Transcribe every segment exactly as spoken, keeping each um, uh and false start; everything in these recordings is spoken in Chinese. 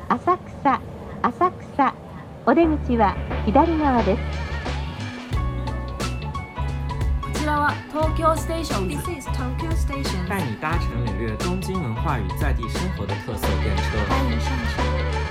浅草、浅草。お出口は左側です。 こちらは東京ステーションズ。 This is Tokyo Station。 带你搭乘领略东京文化与在地生活的特色电车。 欢迎上车。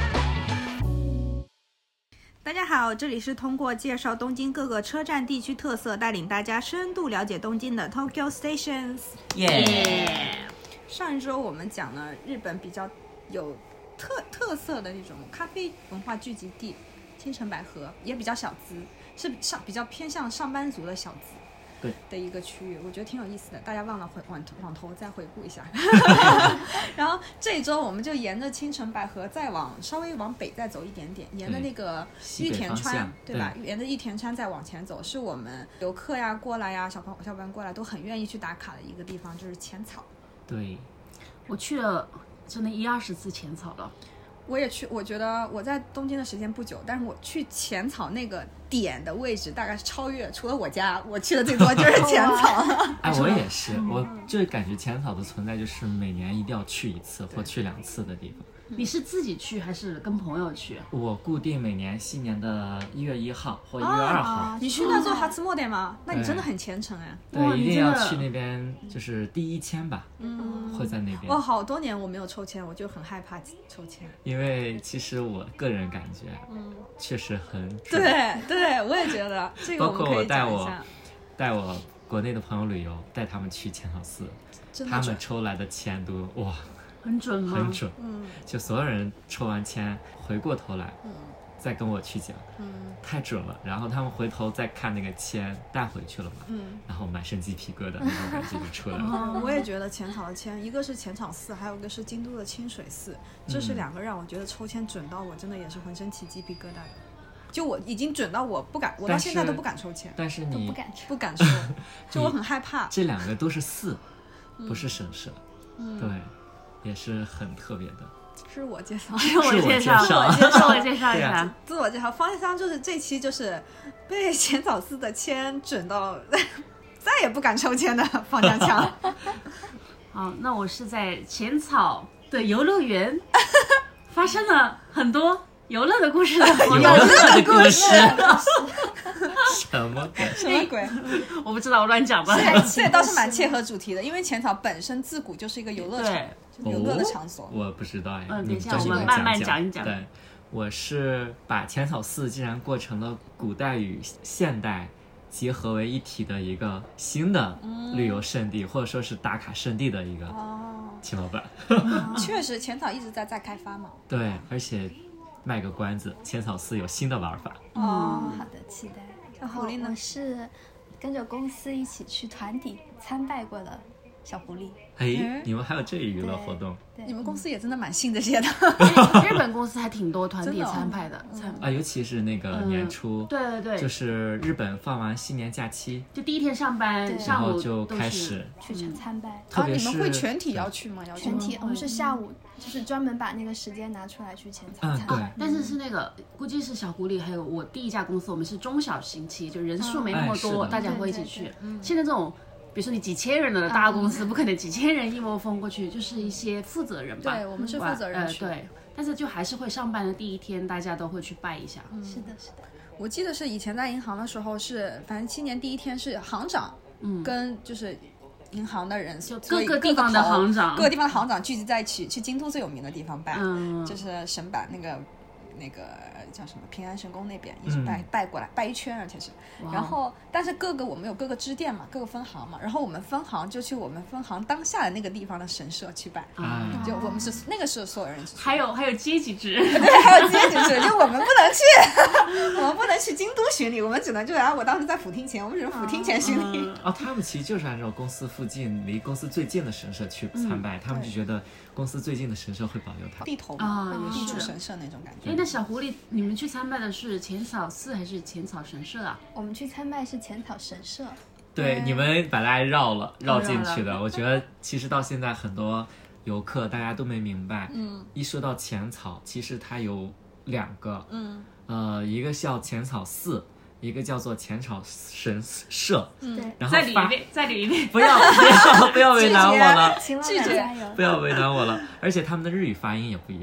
大家好，这里是通过介绍东京各个车站地区特色，带领大家深度了解东京的 Tokyo Stations。 耶！ 上一周我们讲了日本比较有特特色的那种咖啡文化聚集地青城百合，也比较小资，是上比较偏向上班族的小资。 对的一个区域，我觉得挺有意思的，大家忘了回往往头再回顾一下。然后这一周我们就沿着青城百合再往稍微往北再走一点点，沿着那个玉田川， 对, 对吧？对沿着玉田川再往前走，是我们游客呀过来呀，小朋小伙伴过来都很愿意去打卡的一个地方，就是浅草。 对， 我去了真的一二十次浅草了。 我也去，我觉得我在东京的时间不久，但是我去浅草那个点的位置大概是超越，除了我家我去的最多就是浅草。 哎，我也是，我就感觉浅草的存在就是每年一定要去一次或去两次的地方。 你是自己去还是跟朋友去？ 我固定每年新年的一月一号或一月二号。 啊、你去那做哈兹莫点吗？那你真的很虔诚哎。 对，一定要去那边，就是第一签吧，嗯，会在那边。 我好多年我没有抽签，我就很害怕抽签。 因为其实我个人感觉，嗯，确实很准。 对对，我也觉得这个我们可以讲一下。包括我带我带我国内的朋友旅游，带他们去浅草寺，他们抽来的签都哇。 很准吗？ 很准，嗯，就所有人抽完签回过头来，嗯，再跟我去讲，嗯，太准了。然后他们回头再看那个签带回去了嘛，嗯，然后满身鸡皮疙瘩那种感觉就出来了。 嗯，我也觉得浅草的签，一个是浅草寺，还有一个是京都的清水寺，这是两个让我觉得抽签准到我真的也是浑身起鸡皮疙瘩的。就我已经准到我不敢，我到现在都不敢抽签， 但是你不敢抽， 不敢抽，就我很害怕。 这两个都是寺，不是神社，嗯，对。也是很特别的。 是我介绍， 是我介绍， 是我介绍， 我介绍一下。 自我介绍，方香就是这期就是被浅草寺的签准到再也不敢抽签的方香强。 好，那我是在浅草的游乐园发生了很多游乐的故事的游乐的故事。什么鬼？ 什么鬼？ 我不知道，我乱讲吧。 这倒是蛮切合主题的，因为浅草本身自古就是一个游乐场，游乐的场所。 哦、我不知道哎， 嗯， 等一下我们慢慢讲一讲。 对，我是把浅草寺竟然过成了古代与现代结合为一体的一个新的旅游胜地，嗯、或者说是打卡胜地的一个秦老板。 哦、确实，浅草一直在在开发嘛。 对，而且。卖个关子，浅草寺有新的玩法。 哦，好的，期待。然后我是跟着公司一起去团体参拜过的小狐狸。 哎，你们还有这娱乐活动？ 你们公司也真的蛮信这些的。 日本公司还挺多团体参拜的，参啊，尤其是那个年初， 对对对， 就是日本放完新年假期， 就第一天上班，上午就开始去参拜。 特别是你们会全体要去吗？要全体，我们是下午。就是专门把那个时间拿出来去浅草参拜、 嗯啊， 但是是那个估计是小狐狸，还有我第一家公司，我们是中小型企业，就人数没那么多， 哎、 大家会一起去。对对对现在这种，比如说你几千人的大公司，嗯、不可能几千人一窝蜂过去，就是一些负责人吧。 对，我们是负责人、 呃。对，但是就还是会上班的第一天，大家都会去拜一下。 嗯、是的，是的。 我记得是以前在银行的时候是，反正新年第一天是行长，嗯，跟就是。银行的人， 就各个地方的行长， 各个地方的行长聚集在一起，去京都最有名的地方拜， 嗯、 就是神坂那个那个叫什么平安神宫那边一直拜、嗯、拜过来，拜一圈，而且是，然后但是各个我们有各个支店嘛，各个分行嘛，然后我们分行就去我们分行当下的那个地方的神社去拜， 嗯、 就我们是那个是所有人， 还有还有阶级制， 对，还有阶级制，就我们不能去，我们不能去京都巡礼，我们只能就是啊，我当时在府厅前，我们只能府厅前巡礼。 哦，他们其实就是按照公司附近离公司最近的神社去参拜，嗯、他们就觉得公司最近的神社会保佑他。 地头啊， 地主神社那种感觉。 哎，那小狐狸，你们去参拜的是浅草寺还是浅草神社啊？ 我们去参拜是浅草神社。 对，你们把大家绕了绕进去的。我觉得其实到现在很多游客大家都没明白，嗯，一说到浅草，其实它有两个，嗯，呃，一个叫浅草寺。一个叫做浅草神社， 嗯， 然后再捋一遍，再捋一遍， 不要不要不要为难我了， 拒绝， 不要为难我了。而且他们的日语发音也不一样，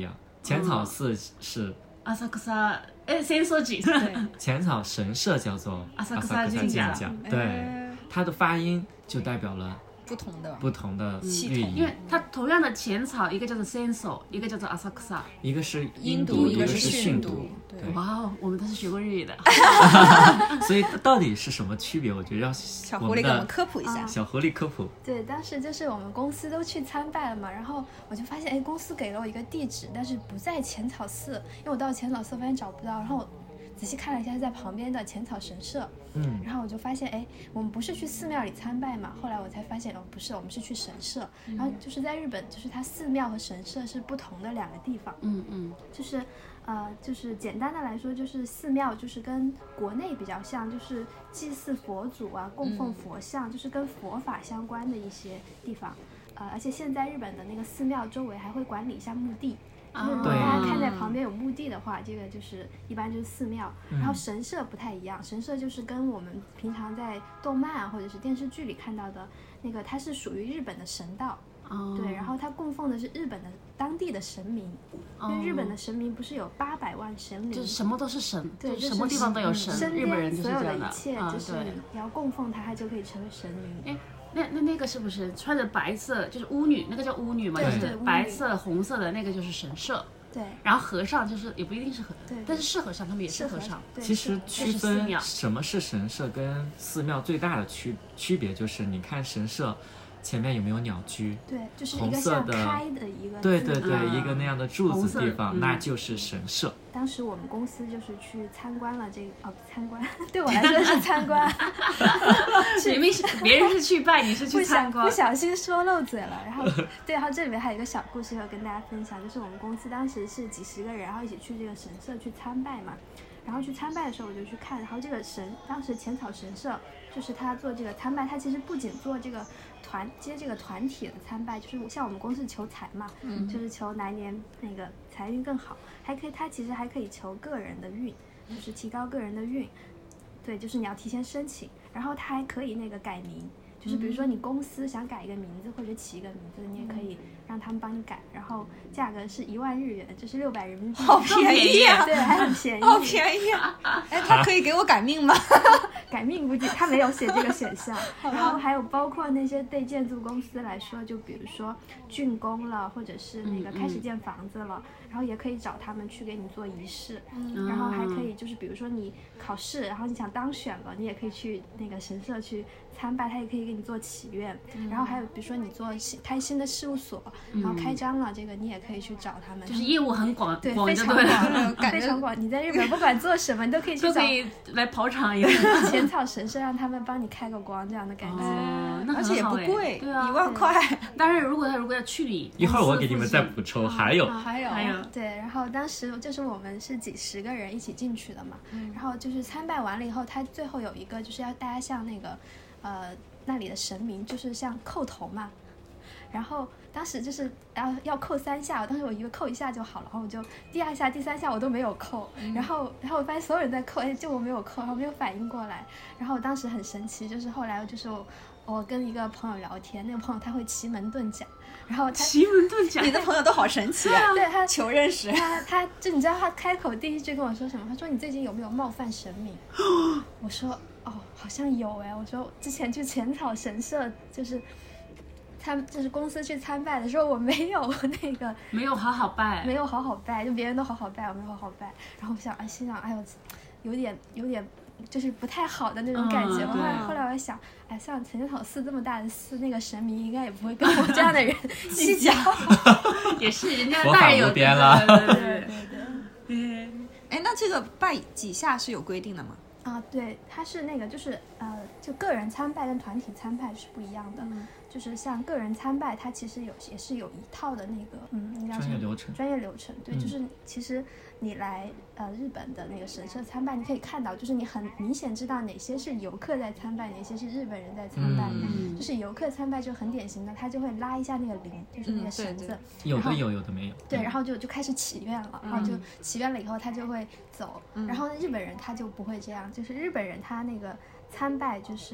浅草寺是阿萨克萨哎浅草寺， 对， 浅草神社叫做阿萨克萨萨神社社，对， 哎它的发音就代表了不同的不同的系统寓意， 因为它同样的浅草，一个叫做浅草，一个叫做阿萨克萨。 一个是音音读一个一是是训读读， 对对， 哇哦，我们都是学过日语的。 所以到底是什么区别？我觉得让我们小狐狸给我们的科普一下。 小狐狸科普。 对，当时就是我们公司都去参拜了嘛，然后我就发现，哎，公司给了我一个地址，但是不在浅草寺，因为我到浅草寺发现找不到，然后我仔细看了一下，在旁边的浅草神社， 嗯， 然后我就发现，哎，我们不是去寺庙里参拜嘛，后来我才发现，哦，不是，我们是去神社，然后就是在日本，就是它寺庙和神社是不同的两个地方， 嗯嗯， 就是呃，就是简单的来说，就是寺庙就是跟国内比较像，就是祭祀佛祖啊，供奉佛像，就是跟佛法相关的一些地方。呃，而且现在日本的那个寺庙周围还会管理一下墓地，就是如果对大家看在旁边有墓地的话，这个就是一般就是寺庙。 嗯然后神社不太一样，神社就是跟我们平常在动漫啊或者是电视剧里看到的那个，它是属于日本的神道。 哦， 对，然后它供奉的是日本的当地的神明，因为日本的神明不是有八百万神灵， 就是什么都是神， 对， 就就是什么地方都有神， 身日本人就是边所有这样的一切， 啊就是对。 你要供奉它，它就可以成为神明。 哎，那那那个是不是穿着白色，就是巫女，那个叫巫女嘛，就是对对巫女白色红色的那个就是神社， 对， 然后和尚就是也不一定是和， 对但是是和尚，他们也是是和尚。 对， 其实是区这是寺分庙什么是神社跟寺庙最大的区区别就是，你看神社前面有没有鸟居？ 对，就是一红个像色的开的一个字对对对， 嗯一个那样的柱红色子地方， 嗯那就是神社。 当时我们公司就是去参观了这个，哦，参观，对我来说是参观， 明明是别人是去拜，你是不去参观小不。小心说漏嘴了。然后对，然后这里面还有一个小故事要跟大家分享，就是我们公司当时是几十个人，然后一起去这个神社去参拜嘛。然后去参拜的时候，我就去看，然后这个神当时浅草神社就是他做这个参拜，他其实不仅做这个团接这个团体的参拜，就是像我们公司求财嘛，嗯，就是求来年那个财运更好，还可以他其实还可以求个人的运，就是提高个人的运，对，就是你要提前申请，然后他还可以那个改名。就是比如说你公司想改一个名字或者起一个名字，你也可以让他们帮你改，然后价格是一万日元，就是六百人民币， 好便宜啊！ 对，还很便宜， 好便宜啊！哎，他可以给我改命吗？ 改命估计他没有写这个选项。然后还有包括那些对建筑公司来说，就比如说竣工了，或者是那个开始建房子了，然后也可以找他们去给你做仪式。 嗯然后还可以就是比如说你考试，然后你想当选了，你也可以去那个神社去参拜，他也可以给你做祈愿。然后还有比如说你做新开新的事务所，然后开张了，这个你也可以去找他们。 就是业务很广， 对， 广非常就对了， 广， 感觉非常广。你在日本不管做什么，你都可以去找都可以来跑场一样。 浅草神社，让他们帮你开个光，这样的感觉。 哦，那而且也很好哎不贵， 对啊， 一万块。 当然，如果他如果要去你， 一会儿我给你们再公司补充，还有还有还有对，然后当时就是我们是几十个人一起进去的嘛，然后就是参拜完了以后，他最后有一个就是要大家向那个，呃，那里的神明就是像叩头嘛，然后当时就是要要扣三下，我当时我以为扣一下就好了，然后我就第二下、第三下我都没有扣，然后然后我发现所有人在扣，哎，就我没有扣，然后没有反应过来，然后我当时很神奇，就是后来就是我我跟一个朋友聊天，那个朋友他会奇门遁甲，然后他奇门遁甲， 你的朋友都好神奇啊！ 对他求认识。 他他就你知道他开口第一句跟我说什么？他说你最近有没有冒犯神明？我说哦，好像有哎。我说之前去浅草神社就是参就是公司去参拜的时候，我没有那个没有好好拜， 没有好好拜，就别人都好好拜，我没有好好拜。然后我想哎，心想哎呦，有点有点。就是不太好的那种感觉。 嗯后来后来我在想，哎，像浅草寺这么大的寺，那个神明应该也不会跟我这样的人计较。 也是人家佛法大人有无边了对对对对对对。 哎，那这个拜几下是有规定的吗？ 啊，对，它是那个，就是呃，就个人参拜跟团体参拜是不一样的。 嗯就是像个人参拜，它其实有也是有一套的那个，嗯，应该专业流程。 专业流程，对， 嗯就是其实你来呃日本的那个神社参拜，你可以看到，就是你很明显知道哪些是游客在参拜，哪些是日本人在参拜。 嗯就是游客参拜就很典型的，他就会拉一下那个铃，就是那个绳子， 嗯对对有的有，有的没有。 对，然后就就开始祈愿了，然后就祈愿了以后，他就会走。 嗯然后日本人他就不会这样，就是日本人他那个参拜就是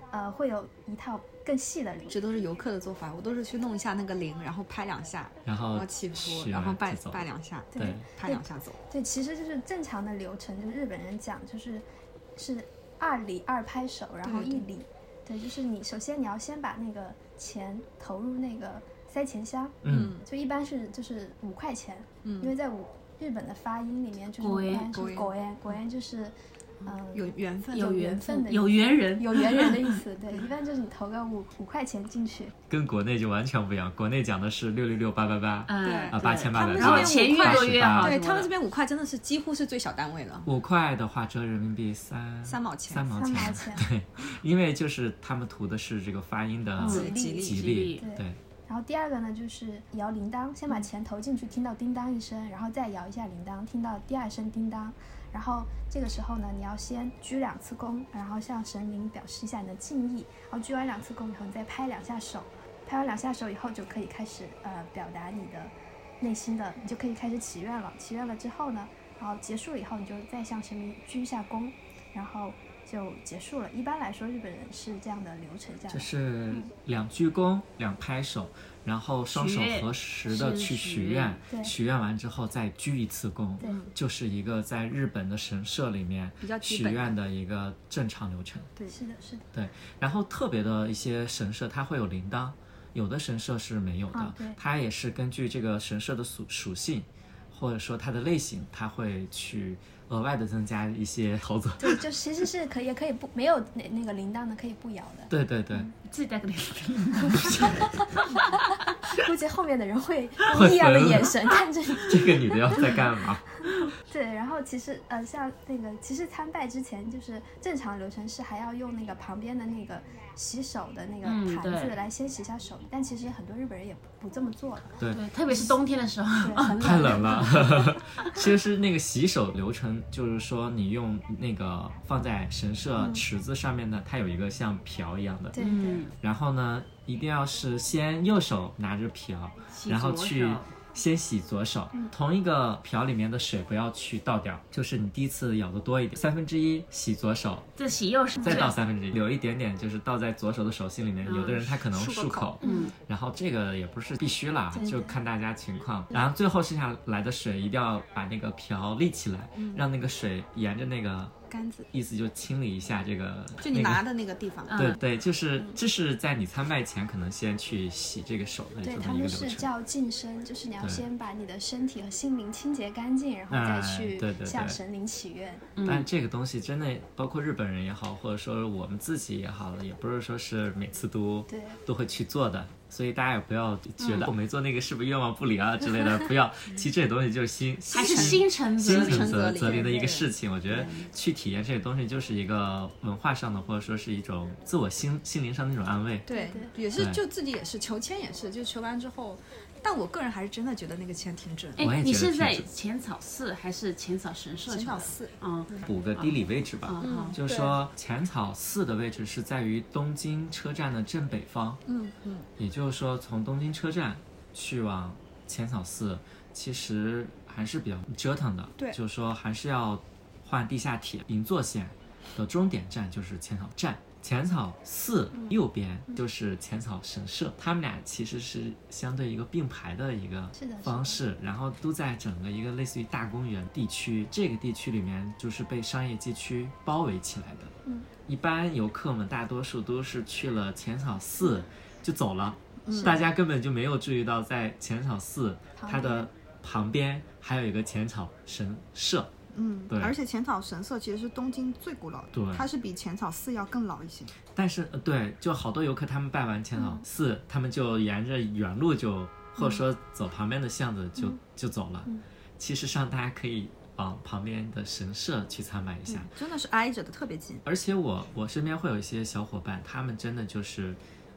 呃会有一套更细的流程。 这都是游客的做法，我都是去弄一下那个铃，然后拍两下， 然后祈福， 许然后拜愿就走拜两下， 对， 拍两下走。 对，其实就是正常的流程，就是日本人讲就是是二礼二拍手，然后一礼。对，就是你首先你要先把那个钱投入那个塞钱箱， 嗯， 就一般是就是五块钱， 嗯， 因为在五日本的发音里面就是果园五块是果园，果园就是嗯有缘分， 有缘分的意思有缘人， 有缘人的意思。对，一般就是你投个五五块钱进去， 跟国内就完全不一样，国内讲的是六六六八八八， 嗯， 啊八千八百八， 然后钱越多越好， 对他们这边五块真的是几乎是最小单位了。 五块的话折人民币三三毛钱， 三毛三毛钱。 对，因为就是他们图的是这个发音的吉利吉利， 对。 然后第二个呢，就是摇铃铛，先把钱投进去，听到叮当一声，然后再摇一下铃铛，听到第二声叮当。然后这个时候呢，你要先鞠两次躬，然后向神灵表示一下你的敬意。然后鞠完两次躬以后，你再拍两下手，拍完两下手以后就可以开始呃表达你的内心的，你就可以开始祈愿了。祈愿了之后呢，然后结束了以后，你就再向神明鞠一下躬，然后就结束了。一般来说，日本人是这样的流程下来， 就是两鞠躬，两拍手，然后双手合十的去许愿，许愿完之后再鞠一次躬，就是一个在日本的神社里面许愿的一个正常流程。 对，是的，是的。 对，然后特别的一些神社它会有铃铛，有的神社是没有的， 啊、 它也是根据这个神社的属属性，或者说它的类型，它会去额外的增加一些操作。 对，就其实是可以，也可以不没有那那个铃铛的，可以不摇的。 对对对， 嗯、 自己带个铃铛。 估计后面的人会用异样的眼神看着你。 这个女的要在干嘛？ 对，然后其实呃，像那个，其实参拜之前就是正常流程是还要用那个旁边的那个洗手的那个盘子来先洗下手，嗯、但其实很多日本人也不不这么做了。 对， 对，特别是冬天的时候， 对很冷太冷了。其实那个洗手流程就是说，你用那个放在神社池子上面呢，嗯、它有一个像瓢一样的， 对对。 然后呢，一定要是先右手拿着瓢，然后去。先洗左手， 嗯、 同一个瓢里面的水不要去倒掉，就是你第一次舀的多一点，三分之一洗左手， 再洗右手， 再倒三分之一，留一点点就是倒在左手的手心里面。嗯、有的人他可能漱口， 嗯， 然后这个也不是必须啦，就看大家情况。然后最后剩下来的水一定要把那个瓢立起来，嗯、让那个水沿着那个杆子， 意思就清理一下这个， 就你拿的那个地方。 那个、对对，就是这是在你参拜前可能先去洗这个手的这么一个流程。 对，他们是叫净身，就是你要先把你的身体和心灵清洁干净，然后再去向神灵祈愿。 哎、对对对但这个东西真的，包括日本人也好，或者说我们自己也好了，也不是说是每次都都会去做的。所以大家也不要觉得我没做那个是不是愿望不灵啊之类的，不要。其实这些东西就是心还是心诚心诚则则灵的一个事情。我觉得去体验这些东西就是一个文化上的，或者说是一种自我心心灵上的那种安慰。 对，也是就自己也是求签也是，就求完之后。但我个人还是真的觉得那个签挺准。 哎，你是在浅草寺还是浅草神社？ 浅草寺。 嗯， 补个地理位置吧。 嗯， 就是说浅草寺的位置是在于东京车站的正北方。 嗯嗯。 也就是说，从东京车站去往浅草寺，其实还是比较折腾的。 对。 就是说，还是要换地下铁，银座线的终点站就是浅草站。浅草寺右边就是浅草神社，他们俩其实是相对一个并排的一个方式，然后都在整个一个类似于大公园地区，这个地区里面就是被商业街区包围起来的。 嗯， 一般游客们大多数都是去了浅草寺就走了，大家根本就没有注意到在浅草寺它的旁边还有一个浅草神社。 嗯， 对， 而且浅草神社其实是东京最古老的， 对， 它是比浅草寺要更老一些。 但是，对，就好多游客他们拜完浅草寺，嗯、他们就沿着原路就，或者说走旁边的巷子就、嗯、就走了。 嗯、 其实上大家可以往旁边的神社去参拜一下， 嗯、真的是挨着的，特别近。 而且我我身边会有一些小伙伴，他们真的就是，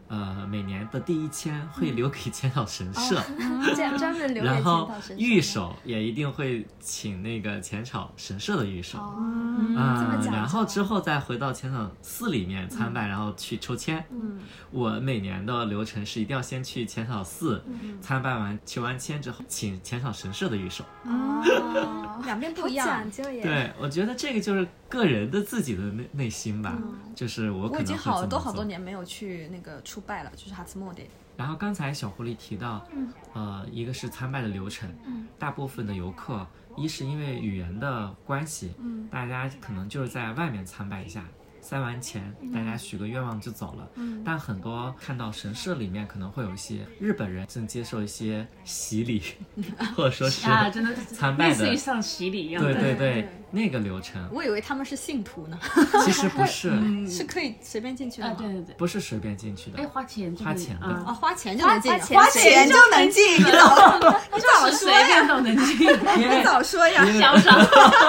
呃，每年的第一签会留给浅草神社， 哦、这样专门留给浅然后草神社。 御守也一定会请那个浅草神社的御守， 哦， 啊、 这么讲究然后之后再回到浅草寺里面参拜， 嗯、 然后去抽签。 嗯， 我每年的流程是一定要先去浅草寺、嗯、参拜完求完签之后，请浅草神社的御守。 哦， 两边不一样， 好讲究耶。 对，我觉得这个就是个人的自己的内内心吧， 嗯、 就是我可能会我已经好多这么做好多年没有去那个出拜了，就是哈兹莫德。 然后刚才小狐狸提到， 嗯、 呃，一个是参拜的流程， 嗯、 大部分的游客，一是因为语言的关系， 嗯、 大家可能就是在外面参拜一下。塞完钱，大家许个愿望就走了。 嗯， 但很多看到神社里面可能会有一些日本人正接受一些洗礼，或者说是啊，真的参拜的， 类似于像洗礼一样的。 对对对， 对那个流程。 我以为他们是信徒呢， 其实不是， 嗯、 是可以随便进去的吗？ 啊，对对对， 不是随便进去的， 哎，花钱花钱的。 啊、 哦，花钱就能进， 花钱就能进，你早你早说呀， 随便都能进， 你早说呀， 嚣张。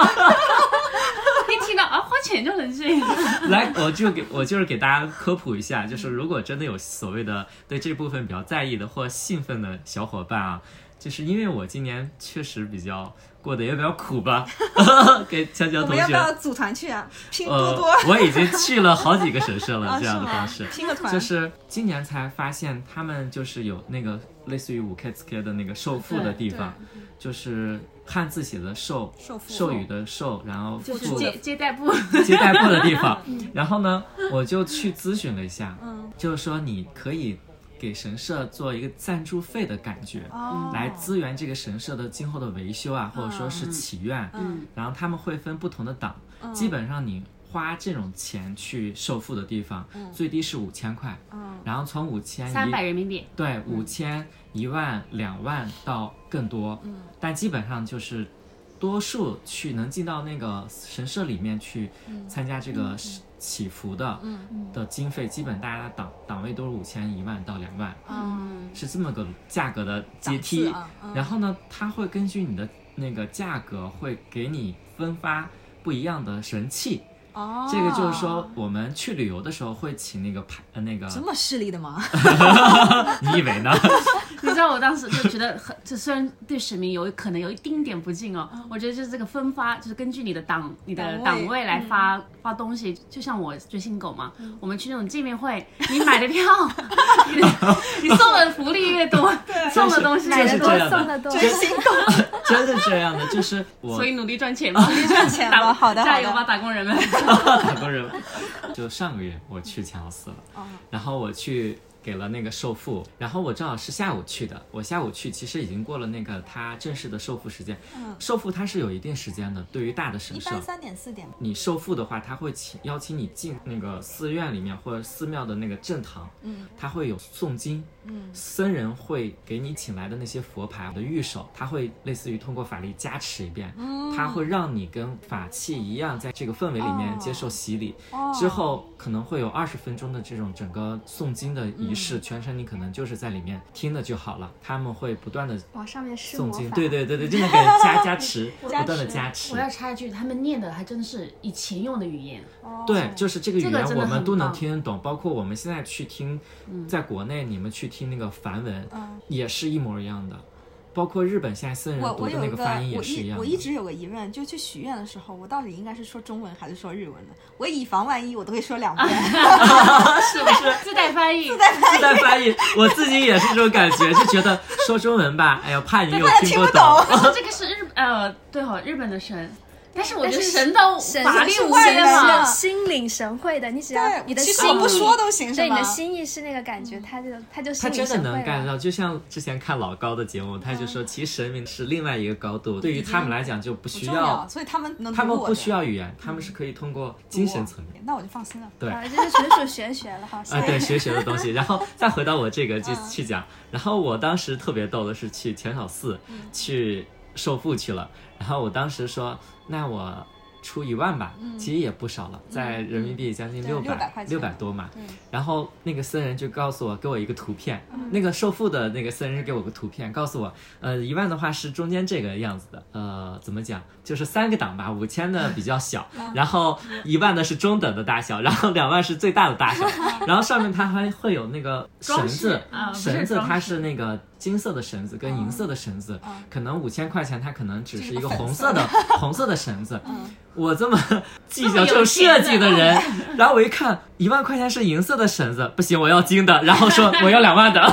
一听到啊，花钱就能进。 来，我就给我就是给大家科普一下，就是如果真的有所谓的对这部分比较在意的或兴奋的小伙伴啊，就是因为我今年确实比较过得也比较苦吧，给香蕉同学， 我们要不要组团去啊？拼多多、 呃，我已经去了好几个神社了， 啊、 这样的方式， 拼个团。 就是今年才发现他们就是有那个类似于五 K 四 K 的那个受付的地方，就是汉字写的受，授予的授，然后就是接接待部接待部的地方。然后呢，我就去咨询了一下， 嗯， 就是说你可以给神社做一个赞助费的感觉， 哦、 来资源这个神社的今后的维修啊，或者说是祈愿。 嗯， 然后他们会分不同的档，嗯、基本上你花这种钱去受付的地方， 嗯、 最低是五千块， 嗯， 然后从五千三百人民币， 对，五千、一万、两万到更多， 嗯， 但基本上就是多数去能进到那个神社里面去参加这个祈福的， 嗯的经费，基本大家的档档位都是五千、一万到两万， 嗯， 是这么个价格的阶梯。 啊嗯、 然后呢，它会根据你的那个价格，会给你分发不一样的神器。 哦， 这个就是说，我们去旅游的时候会请那个牌，呃，那个这么势利的吗？ 你以为呢？ 你知道我当时就觉得很，就虽然对神明有可能有一丁点不敬哦，嗯、我觉得就是这个分发，就是根据你的档、你的档位来发、嗯、发东西。就像我追星狗嘛，嗯、我们去那种见面会，你买的票，你, 你送的福利越多，送的东西买的多， 就是送的多， 追星狗真的这样的，就是我， 所以努力赚钱吧， 努力赚钱吧，好的， 加油吧，打工人们。 打工人，就上个月我去浅草寺了， 哦、 然后我去给了那个受付，然后我正好是下午去的，我下午去其实已经过了那个他正式的受付时间， 嗯、 受付它是有一定时间的，对于大的神社， 一般三点四点， 你受付的话，他会请邀请你进那个寺院里面或者寺庙的那个正堂， 嗯， 他会有诵经， 嗯， 僧人会给你请来的那些佛牌的御守，他会类似于通过法力加持一遍， 嗯， 他会让你跟法器一样，在这个氛围里面接受洗礼， 哦、 之后可能会有二十分钟的这种整个诵经的仪式， 嗯、 全程你可能就是在里面听的就好了，他们会不断的往上面诵经，对对对对，就那个加加持，不断的加持。 我要插一句，他们念的还真的是以前用的语言， 哦、 对，就是这个语言我们都能这个听得懂，包括我们现在去听， 嗯、 在国内你们去听那个梵文， 嗯、 也是一模一样的。包括日本现在僧人读的那个发音也是一样的。 我一直有个疑问，就去许愿的时候，我到底应该是说中文还是说日文呢？我以防万一，我都会说两遍， 是不是？ 自带翻译， 自带翻译， 自带翻译。我自己也是这种感觉，就觉得说中文吧，哎呀，怕你又听不懂。 但是这个是日呃，对哈、哦，日本的神。但是我觉得神的法力无边边嘛， 心领神会的，你只要你的心意不说都行， 对，你的心意是那个感觉，他就他就心领神会了。 他真的能干到，就像之前看老高的节目，他就说，其实神明是另外一个高度，对于他们来讲就不需要， 所以他们能， 他们不需要语言，他们是可以通过精神层面。 那我就放心了。 对， 这是纯属玄学了，好。 啊，对，学学的东西。然后再回到我这个就去讲，然后我当时特别逗的是去浅草寺去受付去了，然后我当时说，那我。 出一万吧，嗯、其实也不少了，在人民币将近六百六百多嘛。然后那个僧人就告诉我，给我一个图片，嗯、那个受付的那个僧人给我个图片，告诉我，呃，一万的话是中间这个样子的，呃，怎么讲，就是三个档吧，五千的比较小，然后一万的是中等的大小，然后两万是最大的大小，然后上面它还会有那个绳子， 啊、 绳子它是那个金色的绳子跟银色的绳子，嗯、可能五千块钱它可能只是一个红色的红色的绳子。嗯、我这么计较这种设计的人，然后我一看一万块钱是银色的绳子，不行，我要金的，然后说我要两万的。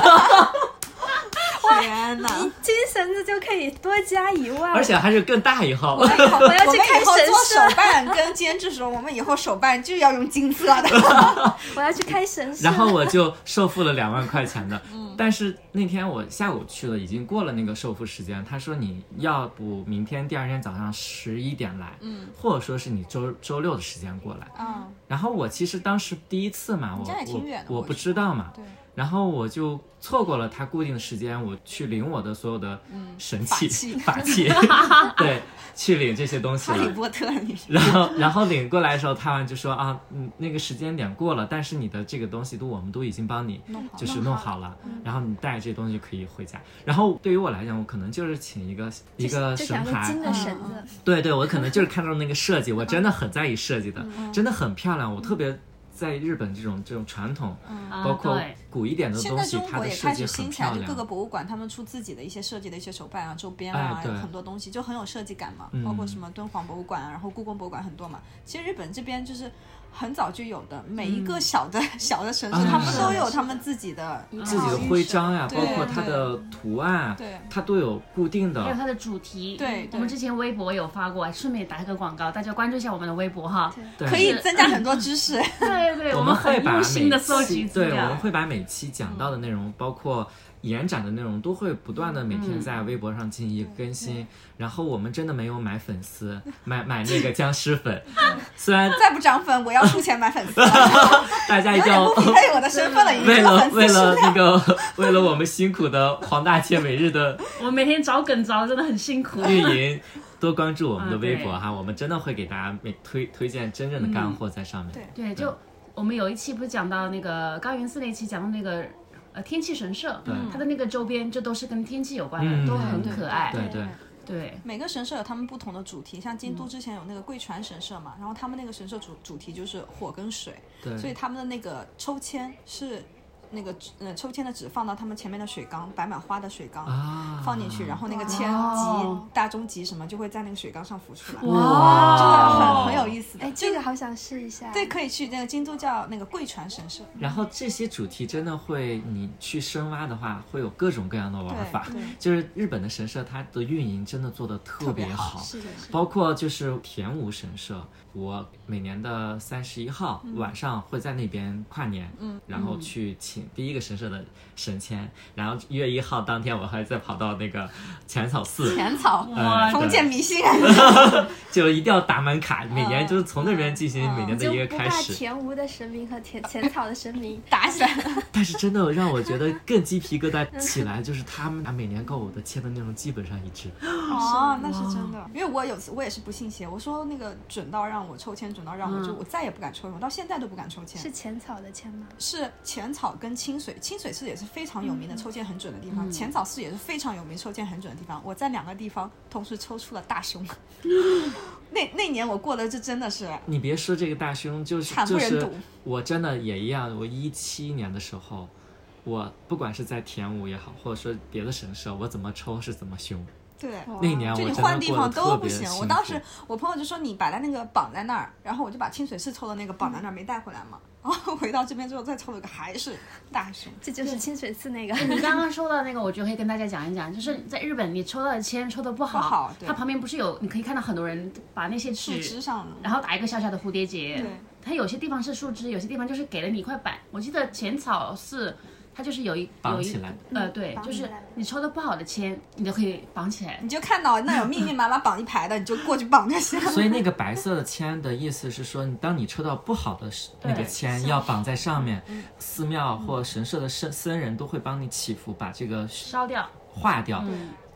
天哪！ 金绳子就可以多加一万， 而且还是更大一号。 我要去看神社。 手办跟监制说，我们以后手办就要用金色的。 我要去开神社。 然后我就受付了两万块钱的，嗯、但是那天我下午去了，已经过了那个受付时间。他说你要不明天第二天早上十一点来，嗯，或者说是你周周六的时间过来。嗯，然后我其实当时第一次嘛，我我我不知道嘛， 对。 然后我就错过了他固定的时间，我去领我的所有的神器、嗯、法器，对，去领这些东西了。 哈利波特，你然后然后领过来的时候，他们就说啊，嗯，那个时间点过了，但是你的这个东西都我们都已经帮你就是弄好了，嗯、然后你带这些东西就可以回家。然后对于我来讲，我可能就是请一个一个绳牌， 金的绳子，嗯、 对对，我可能就是看中那个设计，我真的很在意设计的，嗯、真的很漂亮，我特别。在日本这种这种传统，嗯、包括古一点的东西，它的设计很漂亮。 就各个博物馆他们出自己的一些设计的一些手办啊、周边啊，有、哎、很多东西就很有设计感嘛。嗯、包括什么敦煌博物馆啊，然后故宫博物馆很多嘛。其实日本这边就是很早就有的，每一个小的、嗯、小的城市，他们都有他们自己的、 嗯、自己的徽章呀、啊，包括它的图案， 对， 它都有固定的， 还有它的主题。 对，对我们之前微博有发过，顺便打一个广告，大家关注一下我们的微博哈， 可以增加很多知识。 对对， 我们会把用心的搜集资料， 对，我们会把每期讲到的内容，嗯、包括延展的内容，都会不断的每天在微博上进行一个更新。嗯、然后我们真的没有买粉丝，买买那个僵尸粉，虽然再不涨粉，我要出钱买粉丝。 大家一定要不匹配我的身份了，已经为了为了那个为了我们辛苦的黄大千每日的， 我们每天找梗找真的很辛苦。 运营多关注我们的微博哈，嗯、我们真的会给大家每推推荐真正的干货在上面。 嗯、对对，就。我们有一期不是讲到那个高原寺那期讲到那个呃天气神社，它的那个周边就都是跟天气有关的，嗯、都很可爱。 对对对, 对， 每个神社有他们不同的主题，像京都之前有那个贵船神社嘛，然后他们那个神社主主题就是火跟水， 对， 所以他们的那个抽签是。那个呃抽签的纸放到他们前面的水缸，摆满花的水缸、啊、放进去，然后那个签级大中级什么就会在那个水缸上浮出来。 哇， 真的很很有意思的。 哎，这个好想试一下。 对，可以去那个京都叫那个贵船神社。 然后这些主题真的会，你去深挖的话，会有各种各样的玩法。就是日本的神社，它的运营真的做得特别好， 是的，是的。 包括就是田无神社。我每年的三十一号晚上会在那边跨年，嗯，然后去请第一个神社的神签，然后一月一号当天我还再跑到那个浅草寺， 浅草， 呃、 封建迷信， 就一定要打满卡，每年就是从那边进行每年的一个开始。 就不怕田无的神明和浅浅草的神明打起来。 但是真的让我觉得更鸡皮疙瘩起来，就是他们每年告我的签的内容基本上一致。 哦，那是真的，因为我有次我也是不信邪，我说那个准到让我抽签，准到让我就、嗯、我再也不敢抽，我到现在都不敢抽签。 是浅草的签吗？ 是浅草跟清水，清水寺也是非常有名的抽签很准的地方，嗯、浅草寺也是非常有名抽签很准的地方。我在两个地方同时抽出了大凶。那那年我过的这真的是， 你别说这个大凶，就是惨不忍睹。 就是我真的也一样，我一七年的时候，我不管是在田无也好，或者说别的神社，我怎么抽是怎么凶。 对， 那年我就你换地方都不行。我当时我朋友就说你把他那个绑在那儿，然后我就把清水寺抽的那个绑在那儿没带回来嘛。然后回到这边之后再抽了一个还是大凶， 这就是清水寺那个。 你刚刚说到那个，我就可以跟大家讲一讲，就是在日本你抽到的签抽的不好， 不好它旁边不是有你可以看到很多人把那些纸枝上， 然后打一个小小的蝴蝶结。 对， 它有些地方是树枝，有些地方就是给了你一块板。我记得浅草寺。它就是有一绑起来， 呃，对，就是你抽的不好的签，你就可以绑起来。 你就看到那有密密麻麻绑一排的，你就过去绑就行了。 所以那个白色的签的意思是说，你当你抽到不好的那个签，要绑在上面，寺庙或神社的僧僧人都会帮你祈福，把这个烧掉、 化掉。 嗯